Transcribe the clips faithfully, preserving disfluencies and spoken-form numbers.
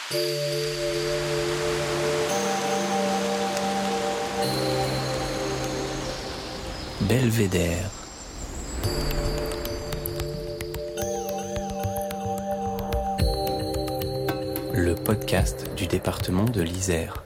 Belvédère. Le podcast du département de l'Isère.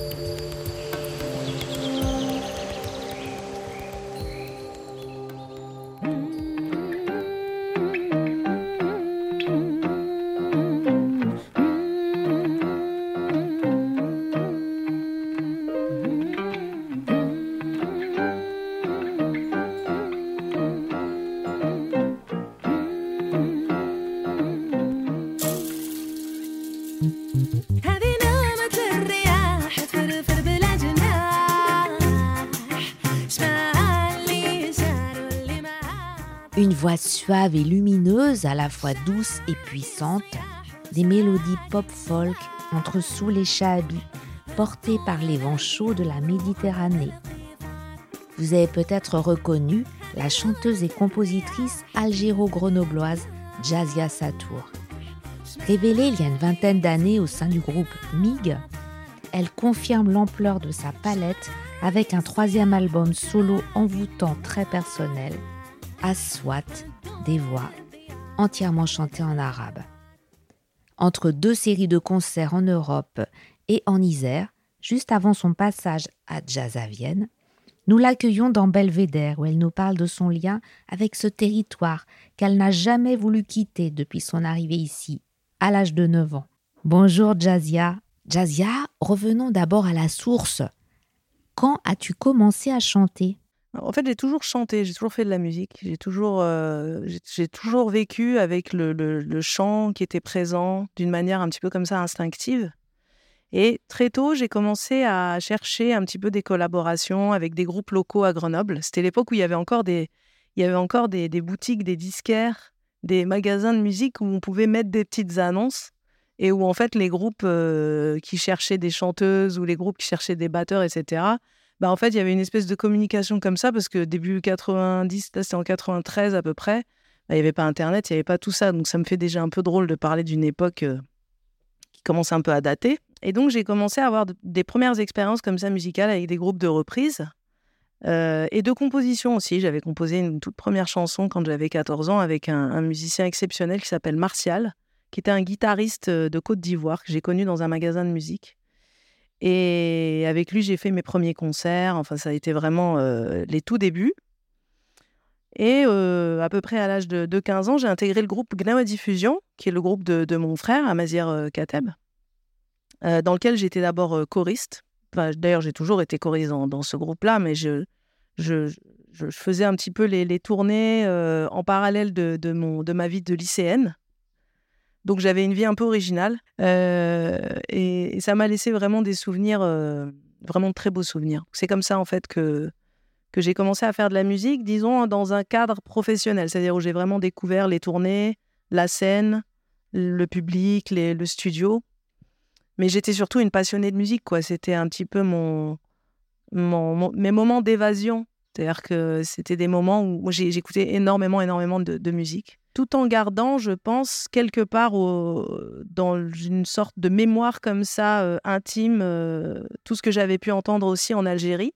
Une voix suave et lumineuse, à la fois douce et puissante, des mélodies pop-folk entre sous les chahabis, portées par les vents chauds de la Méditerranée. Vous avez peut-être reconnu la chanteuse et compositrice algéro-grenobloise Jazia Satour. Révélée il y a une vingtaine d'années au sein du groupe M I G, elle confirme l'ampleur de sa palette avec un troisième album solo envoûtant très personnel, Aswat, des voix entièrement chantées en arabe. Entre deux séries de concerts en Europe et en Isère, juste avant son passage à Jazz à Vienne, nous l'accueillons dans Belvédère où elle nous parle de son lien avec ce territoire qu'elle n'a jamais voulu quitter depuis son arrivée ici, à l'âge de neuf ans. Bonjour Jazia. Jazia, revenons d'abord à la source. Quand as-tu commencé à chanter ? En fait, j'ai toujours chanté, j'ai toujours fait de la musique. J'ai toujours, euh, j'ai, j'ai toujours vécu avec le, le, le chant qui était présent d'une manière un petit peu comme ça instinctive. Et très tôt, j'ai commencé à chercher un petit peu des collaborations avec des groupes locaux à Grenoble. C'était l'époque où il y avait encore des, il y avait encore des, des boutiques, des disquaires, des magasins de musique où on pouvait mettre des petites annonces et où en fait les groupes euh, qui cherchaient des chanteuses ou les groupes qui cherchaient des batteurs, et cetera, bah, en fait, il y avait une espèce de communication comme ça, parce que début quatre-vingt-dix, là, c'était en quatre-vingt-treize à peu près, bah, il n'y avait pas Internet, il n'y avait pas tout ça. Donc, ça me fait déjà un peu drôle de parler d'une époque euh, qui commence un peu à dater. Et donc, j'ai commencé à avoir de, des premières expériences comme ça musicales avec des groupes de reprises euh, et de composition aussi. J'avais composé une toute première chanson quand j'avais quatorze ans avec un, un musicien exceptionnel qui s'appelle Martial, qui était un guitariste de Côte d'Ivoire que j'ai connu dans un magasin de musique. Et avec lui, j'ai fait mes premiers concerts. Enfin, ça a été vraiment euh, les tout débuts. Et euh, à peu près à l'âge de, de quinze ans, j'ai intégré le groupe Gnawa Diffusion, qui est le groupe de, de mon frère, Amazir euh, Kateb, euh, dans lequel j'étais d'abord euh, choriste. Enfin, d'ailleurs, j'ai toujours été choriste dans, dans ce groupe-là, mais je, je, je, je faisais un petit peu les, les tournées euh, en parallèle de, de, mon, de ma vie de lycéenne. Donc, j'avais une vie un peu originale euh, et, et ça m'a laissé vraiment des souvenirs, euh, vraiment de très beaux souvenirs. C'est comme ça, en fait, que, que j'ai commencé à faire de la musique, disons, dans un cadre professionnel, c'est-à-dire où j'ai vraiment découvert les tournées, la scène, le public, les, le studio. Mais j'étais surtout une passionnée de musique, quoi. C'était un petit peu mon, mon, mon, mes moments d'évasion. C'est-à-dire que c'était des moments où j'ai, j'écoutais énormément, énormément de, de musique, tout en gardant, je pense, quelque part au, dans une sorte de mémoire comme ça, euh, intime, euh, tout ce que j'avais pu entendre aussi en Algérie,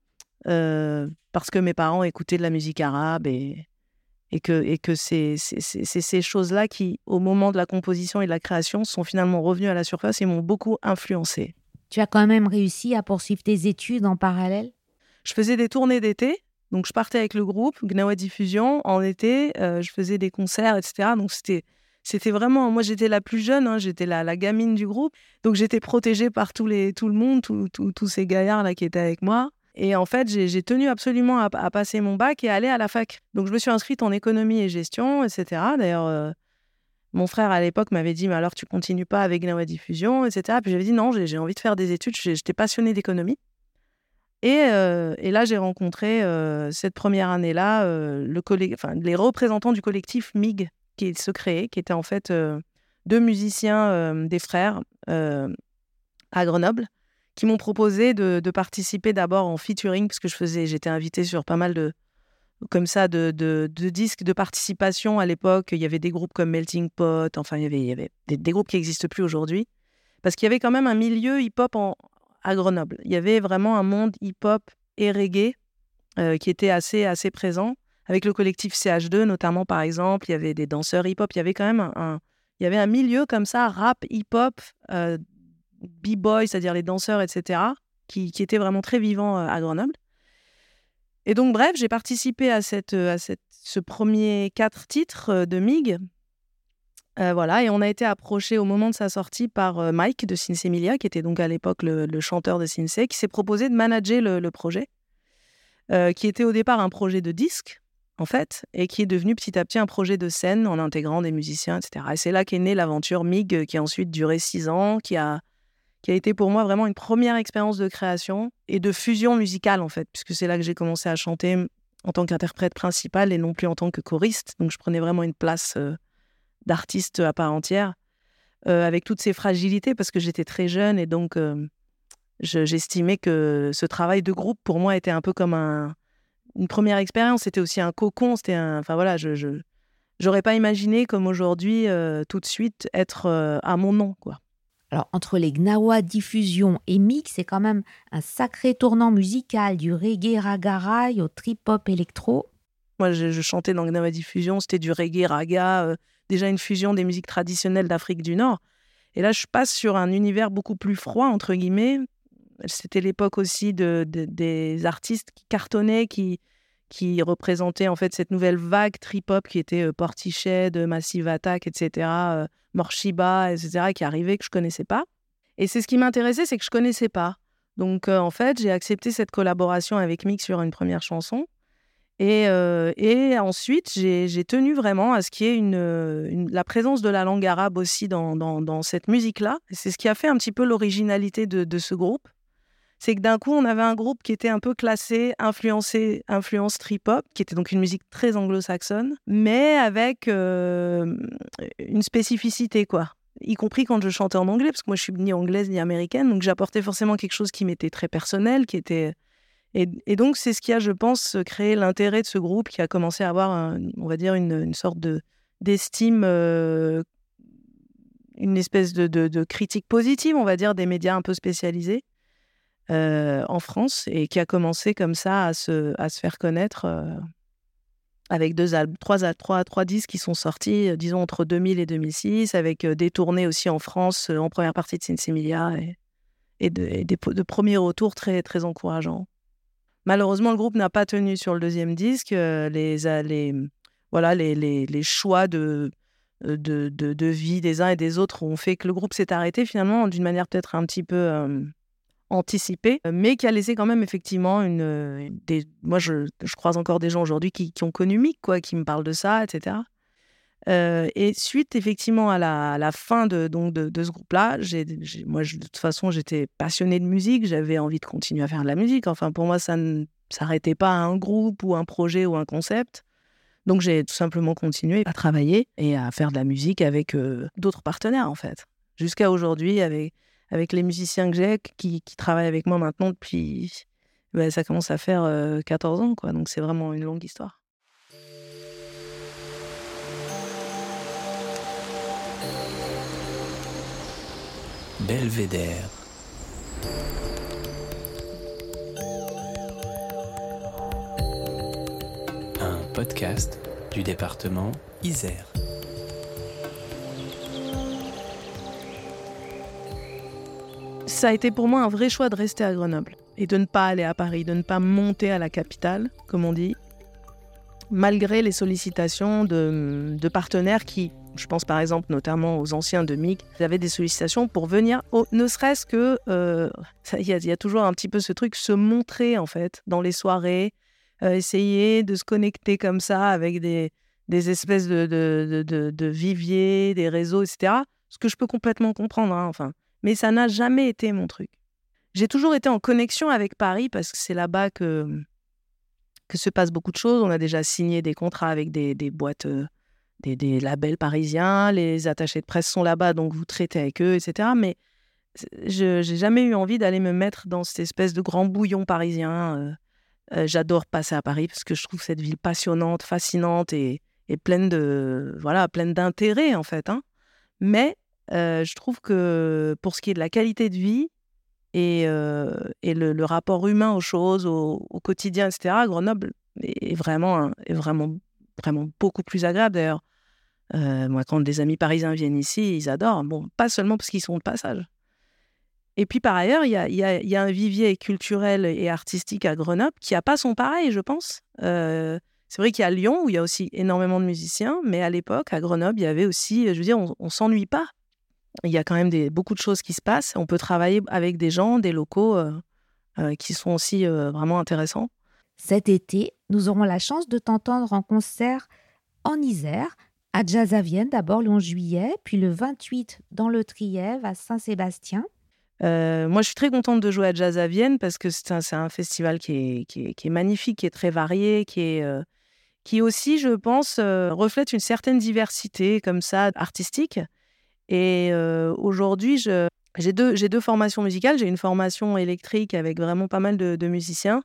euh, parce que mes parents écoutaient de la musique arabe et, et que, et que c'est, c'est, c'est, c'est ces choses-là qui, au moment de la composition et de la création, sont finalement revenues à la surface et m'ont beaucoup influencée. Tu as quand même réussi à poursuivre tes études en parallèle ? Je faisais des tournées d'été, donc je partais avec le groupe Gnawa Diffusion en été, euh, je faisais des concerts, et cetera. Donc c'était, c'était vraiment, moi j'étais la plus jeune, hein, j'étais la, la gamine du groupe, donc j'étais protégée par tous les, tout le monde, tous tout, tout ces gaillards-là qui étaient avec moi. Et en fait, j'ai, j'ai tenu absolument à, à passer mon bac et à aller à la fac. Donc je me suis inscrite en économie et gestion, et cetera. D'ailleurs, euh, mon frère à l'époque m'avait dit, mais alors tu continues pas avec Gnawa Diffusion, et cetera. Puis j'avais dit non, j'ai, j'ai envie de faire des études, j'étais passionnée d'économie. Et, euh, et là, j'ai rencontré euh, cette première année-là euh, le coll- enfin, les représentants du collectif M I G qui se créait, qui étaient en fait euh, deux musiciens euh, des frères euh, à Grenoble, qui m'ont proposé de, de participer d'abord en featuring, parce que je faisais, j'étais invitée sur pas mal de, comme ça, de, de, de disques de participation à l'époque. Il y avait des groupes comme Melting Pot, enfin, il y avait, il y avait des, des groupes qui n'existent plus aujourd'hui. Parce qu'il y avait quand même un milieu hip-hop en, à Grenoble. Il y avait vraiment un monde hip-hop et reggae euh, qui était assez, assez présent. Avec le collectif C H deux, notamment, par exemple, il y avait des danseurs hip-hop. Il y avait quand même un, un, il y avait un milieu comme ça, rap, hip-hop, euh, b-boy, c'est-à-dire les danseurs, et cetera, qui, qui était vraiment très vivant euh, à Grenoble. Et donc, bref, j'ai participé à, cette, à cette, ce premier quatre titres euh, de M I G. Euh, voilà, et on a été approché au moment de sa sortie par euh, Mike de Sinsemilia, qui était donc à l'époque le, le chanteur de Sinsé, qui s'est proposé de manager le, le projet, euh, qui était au départ un projet de disque, en fait, et qui est devenu petit à petit un projet de scène en intégrant des musiciens, et cetera. Et c'est là qu'est née l'aventure M I G, qui a ensuite duré six ans, qui a, qui a été pour moi vraiment une première expérience de création et de fusion musicale, en fait, puisque c'est là que j'ai commencé à chanter en tant qu'interprète principale et non plus en tant que choriste. Donc je prenais vraiment une place euh, d'artiste à part entière, euh, avec toutes ces fragilités, parce que j'étais très jeune et donc euh, je, j'estimais que ce travail de groupe, pour moi, était un peu comme un, une première expérience. C'était aussi un cocon, c'était un... Enfin voilà, je, je, j'aurais pas imaginé, comme aujourd'hui, euh, tout de suite, être euh, à mon nom, quoi. Alors, entre les Gnawa Diffusion et M I G, c'est quand même un sacré tournant musical, du reggae ragaraï au trip-hop électro. Moi, je, je chantais dans Gnawa Diffusion, c'était du reggae raga, euh, déjà une fusion des musiques traditionnelles d'Afrique du Nord. Et là, je passe sur un univers beaucoup plus froid, entre guillemets. C'était l'époque aussi de, de, des artistes qui cartonnaient, qui, qui représentaient en fait cette nouvelle vague trip-hop qui était euh, Portiched, Massive Attack, et cetera, euh, Morshiba, et cetera, qui arrivaient, que je ne connaissais pas. Et c'est ce qui m'intéressait, c'est que je ne connaissais pas. Donc, euh, en fait, j'ai accepté cette collaboration avec Mick sur une première chanson. Et, euh, et ensuite, j'ai, j'ai tenu vraiment à ce qu'il y ait une, une, la présence de la langue arabe aussi dans, dans, dans cette musique-là. Et c'est ce qui a fait un petit peu l'originalité de, de ce groupe. C'est que d'un coup, on avait un groupe qui était un peu classé, influencé, influence trip-hop, qui était donc une musique très anglo-saxonne, mais avec euh, une spécificité, quoi. Y compris quand je chantais en anglais, parce que moi, je suis ni anglaise ni américaine, donc j'apportais forcément quelque chose qui m'était très personnel, qui était... Et, et donc, c'est ce qui a, je pense, créé l'intérêt de ce groupe, qui a commencé à avoir, un, on va dire, une, une sorte de, d'estime, euh, une espèce de, de, de critique positive, on va dire, des médias un peu spécialisés euh, en France, et qui a commencé comme ça à se, à se faire connaître euh, avec deux albums, trois, trois, trois disques qui sont sortis, euh, disons, entre deux mille et deux mille six, avec euh, des tournées aussi en France, euh, en première partie de Sinsemilia, et, et, de, et des, de premiers retours très, très encourageants. Malheureusement, le groupe n'a pas tenu sur le deuxième disque. Euh, les, les, voilà, les, les, les choix de, de, de, de vie des uns et des autres ont fait que le groupe s'est arrêté finalement d'une manière peut-être un petit peu euh, anticipée, mais qui a laissé quand même effectivement une... Des, moi, je, je croise encore des gens aujourd'hui qui, qui ont connu Mick, quoi, qui me parlent de ça, et cetera. Euh, et suite effectivement à la, à la fin de, donc de, de ce groupe-là, j'ai, j'ai, moi je, de toute façon j'étais passionnée de musique, j'avais envie de continuer à faire de la musique. Enfin pour moi ça ne s'arrêtait pas à un groupe ou un projet ou un concept. Donc j'ai tout simplement continué à travailler et à faire de la musique avec euh, d'autres partenaires en fait. Jusqu'à aujourd'hui avec, avec les musiciens que j'ai qui, qui travaillent avec moi maintenant depuis... Ben, ça commence à faire euh, quatorze ans, quoi. Donc c'est vraiment une longue histoire. Belvédère. Un podcast du département Isère. Ça a été pour moi un vrai choix de rester à Grenoble et de ne pas aller à Paris, de ne pas monter à la capitale, comme on dit, malgré les sollicitations de, de partenaires qui, je pense par exemple notamment aux anciens de M I G, avaient des sollicitations pour venir, au, ne serait-ce que, il euh, y, y a toujours un petit peu ce truc, se montrer en fait dans les soirées, euh, essayer de se connecter comme ça avec des, des espèces de, de, de, de, de viviers, des réseaux, et cetera. Ce que je peux complètement comprendre, hein, enfin. Mais ça n'a jamais été mon truc. J'ai toujours été en connexion avec Paris parce que c'est là-bas que... que se passe beaucoup de choses. On a déjà signé des contrats avec des, des boîtes, euh, des, des labels parisiens. Les attachés de presse sont là-bas, donc vous traitez avec eux, et cetera. Mais je n'ai jamais eu envie d'aller me mettre dans cette espèce de grand bouillon parisien. Euh, euh, j'adore passer à Paris parce que je trouve cette ville passionnante, fascinante et, et pleine de, voilà, pleine d'intérêt, en fait. Hein. Mais euh, je trouve que pour ce qui est de la qualité de vie et, euh, et le, le rapport humain aux choses, au, au quotidien, et cetera, Grenoble est vraiment, est vraiment, vraiment beaucoup plus agréable. D'ailleurs, euh, moi, quand des amis parisiens viennent ici, ils adorent. Bon, pas seulement parce qu'ils sont de passage. Et puis, par ailleurs, il y a, y a, y a un vivier culturel et artistique à Grenoble qui n'a pas son pareil, je pense. Euh, c'est vrai qu'il y a Lyon, où il y a aussi énormément de musiciens, mais à l'époque, à Grenoble, il y avait aussi, je veux dire, on ne s'ennuie pas. Il y a quand même des, beaucoup de choses qui se passent. On peut travailler avec des gens, des locaux euh, euh, qui sont aussi euh, vraiment intéressants. Cet été, nous aurons la chance de t'entendre en concert en Isère, à Jazz à Vienne, d'abord le onze juillet, puis le vingt-huit dans le Trièves à Saint-Sébastien. Euh, moi, je suis très contente de jouer à Jazz à Vienne parce que c'est un, c'est un festival qui est, qui, est, qui est magnifique, qui est très varié, qui, est, euh, qui aussi, je pense, euh, reflète une certaine diversité comme ça, artistique. Et euh, aujourd'hui, je, j'ai, deux, j'ai deux formations musicales. J'ai une formation électrique avec vraiment pas mal de, de musiciens.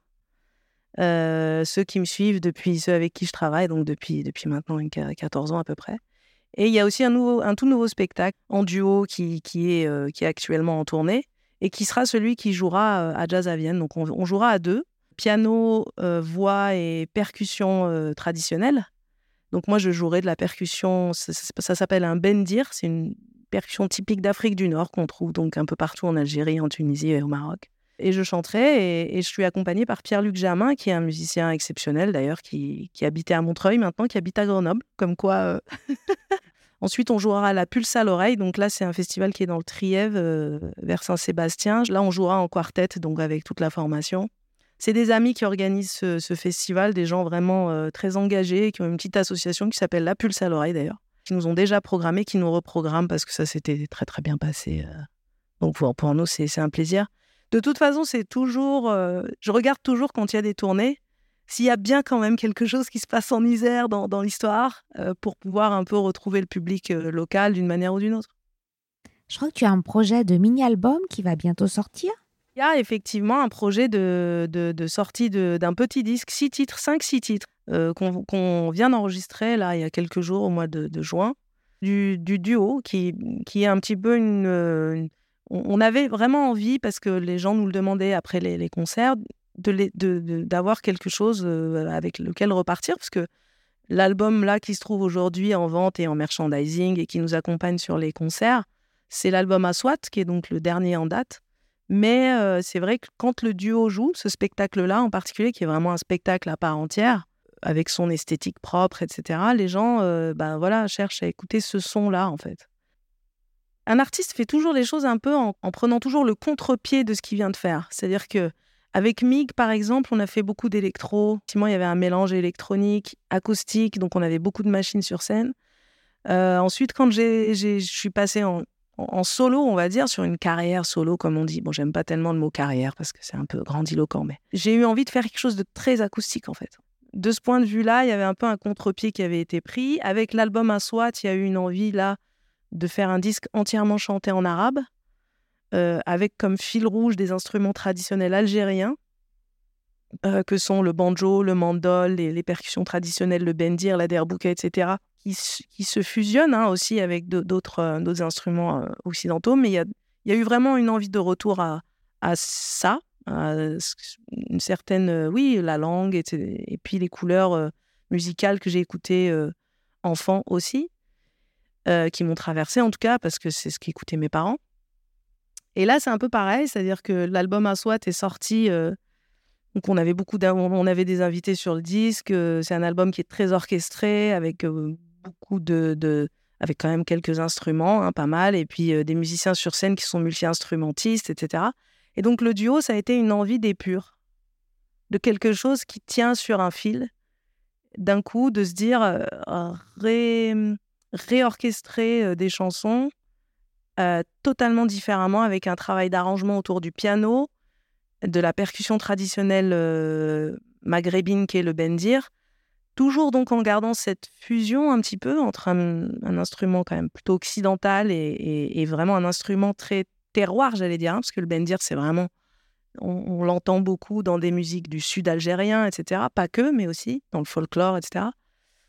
Euh, ceux qui me suivent depuis, ceux avec qui je travaille, donc depuis, depuis maintenant quatorze ans à peu près. Et il y a aussi un, nouveau, un tout nouveau spectacle en duo qui, qui, est, euh, qui est actuellement en tournée et qui sera celui qui jouera euh, à Jazz à Vienne. Donc on, on jouera à deux, piano, euh, voix et percussion euh, traditionnelle. Donc moi je jouerai de la percussion, ça, ça, ça s'appelle un bendir, c'est une percussion typique d'Afrique du Nord qu'on trouve donc un peu partout en Algérie, en Tunisie et au Maroc. Et je chanterai et, et je suis accompagnée par Pierre-Luc Germain, qui est un musicien exceptionnel d'ailleurs, qui, qui habitait à Montreuil maintenant, qui habite à Grenoble, comme quoi... Euh... Ensuite, on jouera à la Pulse à l'oreille. Donc là, c'est un festival qui est dans le Trièves, euh, vers Saint-Sébastien. Là, on jouera en quartet, donc avec toute la formation. C'est des amis qui organisent ce, ce festival, des gens vraiment euh, très engagés, qui ont une petite association qui s'appelle la Pulse à l'oreille d'ailleurs, qui nous ont déjà programmé, qui nous reprogramment parce que ça s'était très très bien passé. Euh... Donc pour, pour nous, c'est, c'est un plaisir. De toute façon, c'est toujours... Euh... Je regarde toujours quand il y a des tournées, s'il y a bien quand même quelque chose qui se passe en Isère dans, dans l'histoire euh, pour pouvoir un peu retrouver le public euh, local d'une manière ou d'une autre. Je crois que tu as un projet de mini-album qui va bientôt sortir. Il y a effectivement un projet de, de, de sortie de, d'un petit disque, six titres, cinq, six titres, euh, qu'on, qu'on vient d'enregistrer là, il y a quelques jours, au mois de, de juin, du, du duo, qui, qui est un petit peu une, une... On avait vraiment envie, parce que les gens nous le demandaient après les, les concerts, De les, de, de, d'avoir quelque chose euh, avec lequel repartir, parce que l'album là qui se trouve aujourd'hui en vente et en merchandising et qui nous accompagne sur les concerts, c'est l'album Aswat, qui est donc le dernier en date. Mais euh, c'est vrai que quand le duo joue, ce spectacle-là en particulier, qui est vraiment un spectacle à part entière, avec son esthétique propre, et cetera, les gens euh, ben, voilà, cherchent à écouter ce son-là, en fait. Un artiste fait toujours les choses un peu en, en prenant toujours le contre-pied de ce qu'il vient de faire. C'est-à-dire que avec Mig, par exemple, on a fait beaucoup d'électro. Effectivement, il y avait un mélange électronique, acoustique, donc on avait beaucoup de machines sur scène. Euh, ensuite, quand j'ai, j'ai, je suis passée en, en, en solo, on va dire, sur une carrière solo, comme on dit. Bon, j'aime pas tellement le mot carrière parce que c'est un peu grandiloquent, mais j'ai eu envie de faire quelque chose de très acoustique, en fait. De ce point de vue-là, il y avait un peu un contre-pied qui avait été pris. Avec l'album Aswat, il y a eu une envie, là, de faire un disque entièrement chanté en arabe, Euh, avec comme fil rouge des instruments traditionnels algériens, euh, que sont le banjo, le mandol, les, les percussions traditionnelles, le bendir, la derbouka, et cetera, qui, qui se fusionnent hein, aussi avec de, d'autres, euh, d'autres instruments euh, occidentaux. Mais il y a, y a eu vraiment une envie de retour à, à ça, à une certaine, euh, oui, la langue, et, et puis les couleurs euh, musicales que j'ai écoutées euh, enfant aussi, euh, qui m'ont traversée en tout cas, parce que c'est ce qu'écoutaient mes parents. Et là, c'est un peu pareil, c'est-à-dire que l'album Aswat est sorti, euh, donc on avait, beaucoup on avait des invités sur le disque, euh, c'est un album qui est très orchestré, avec euh, beaucoup de, de... avec quand même quelques instruments, hein, pas mal, et puis euh, des musiciens sur scène qui sont multi-instrumentistes, et cetera. Et donc le duo, ça a été une envie d'épure, de quelque chose qui tient sur un fil, d'un coup, de se dire, euh, ré... réorchestrer euh, des chansons, Euh, totalement différemment, avec un travail d'arrangement autour du piano, de la percussion traditionnelle euh, maghrébine qui est le bendir, toujours donc en gardant cette fusion un petit peu entre un, un instrument quand même plutôt occidental et, et, et vraiment un instrument très terroir, j'allais dire, hein, parce que le bendir, c'est vraiment, on, on l'entend beaucoup dans des musiques du sud algérien, et cetera. Pas que, mais aussi dans le folklore, et cetera.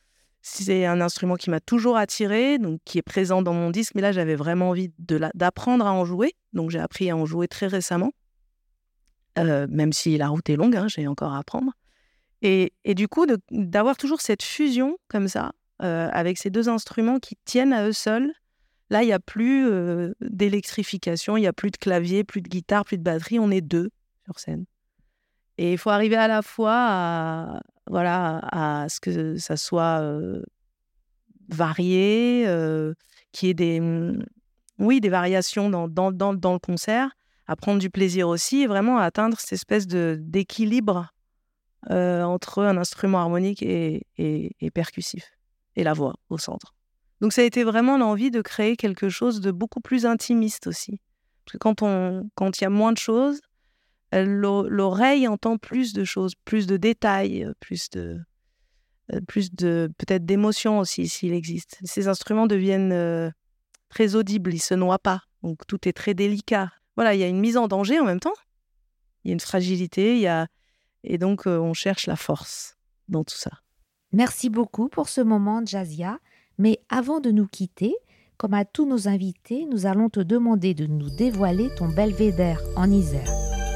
C'est un instrument qui m'a toujours attirée, donc qui est présent dans mon disque, mais là, j'avais vraiment envie de la, d'apprendre à en jouer. Donc, j'ai appris à en jouer très récemment, euh, même si la route est longue, hein, j'ai encore à apprendre. Et, et du coup, de, d'avoir toujours cette fusion comme ça, euh, avec ces deux instruments qui tiennent à eux seuls. Là, il n'y a plus euh, d'électrification, il n'y a plus de clavier, plus de guitare, plus de batterie. On est deux sur scène. Et il faut arriver à la fois à, voilà, à ce que ça soit euh, varié, euh, qu'il y ait des, oui, des variations dans, dans, dans, dans le concert, à prendre du plaisir aussi, et vraiment à atteindre cette espèce de, d'équilibre euh, entre un instrument harmonique et, et, et percussif, et la voix au centre. Donc ça a été vraiment l'envie de créer quelque chose de beaucoup plus intimiste aussi. Parce que quand on, quand il y a moins de choses, l'oreille entend plus de choses, plus de détails, plus de, plus de peut-être d'émotions aussi, s'il existe. Ces instruments deviennent euh, très audibles, ils se noient pas. Donc tout est très délicat. Voilà, il y a une mise en danger en même temps. Il y a une fragilité, il y a... et donc euh, on cherche la force dans tout ça. Merci beaucoup pour ce moment, Jazzia. Mais avant de nous quitter, comme à tous nos invités, nous allons te demander de nous dévoiler ton belvédère en Isère.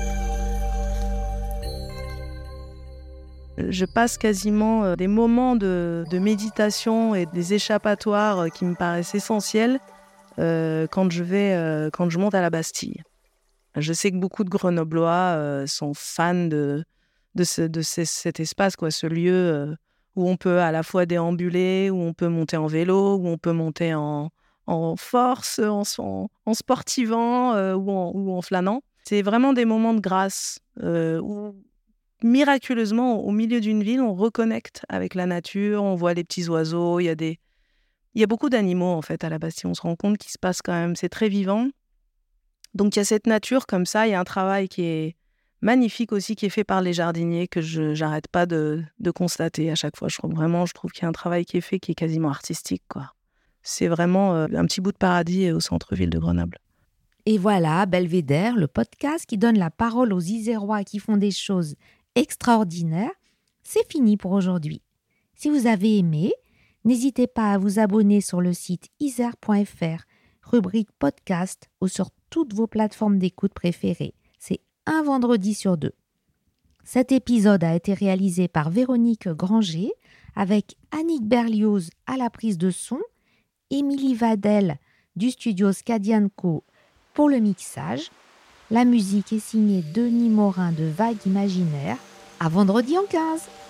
Je passe quasiment des moments de, de méditation et des échappatoires qui me paraissent essentiels euh, quand, je vais, euh, quand je monte à la Bastille. Je sais que beaucoup de Grenoblois euh, sont fans de, de, ce, de ce, cet espace, quoi, ce lieu euh, où on peut à la fois déambuler, où on peut monter en vélo, où on peut monter en, en force, en, en, en sportivant euh, ou, en, ou en flânant. C'est vraiment des moments de grâce euh, où miraculeusement, au milieu d'une ville, on reconnecte avec la nature, on voit les petits oiseaux, il y a des... il y a beaucoup d'animaux en fait à la Bastille, on se rend compte qu'il se passe quand même, c'est très vivant. Donc il y a cette nature comme ça, il y a un travail qui est magnifique aussi, qui est fait par les jardiniers, que je n'arrête pas de, de constater à chaque fois. Je trouve vraiment, je trouve qu'il y a un travail qui est fait qui est quasiment artistique, quoi. C'est vraiment euh, un petit bout de paradis au centre-ville de Grenoble. Et voilà, Belvédère, le podcast qui donne la parole aux Isérois qui font des choses extraordinaire, c'est fini pour aujourd'hui. Si vous avez aimé, n'hésitez pas à vous abonner sur le site isère point f r, rubrique podcast ou sur toutes vos plateformes d'écoute préférées. C'est un vendredi sur deux. Cet épisode a été réalisé par Véronique Granger avec Annick Berlioz à la prise de son, Émilie Vadel du studio Scadian Co pour le mixage. La musique est signée Denis Morin de Vague Imaginaire. À vendredi en quinze.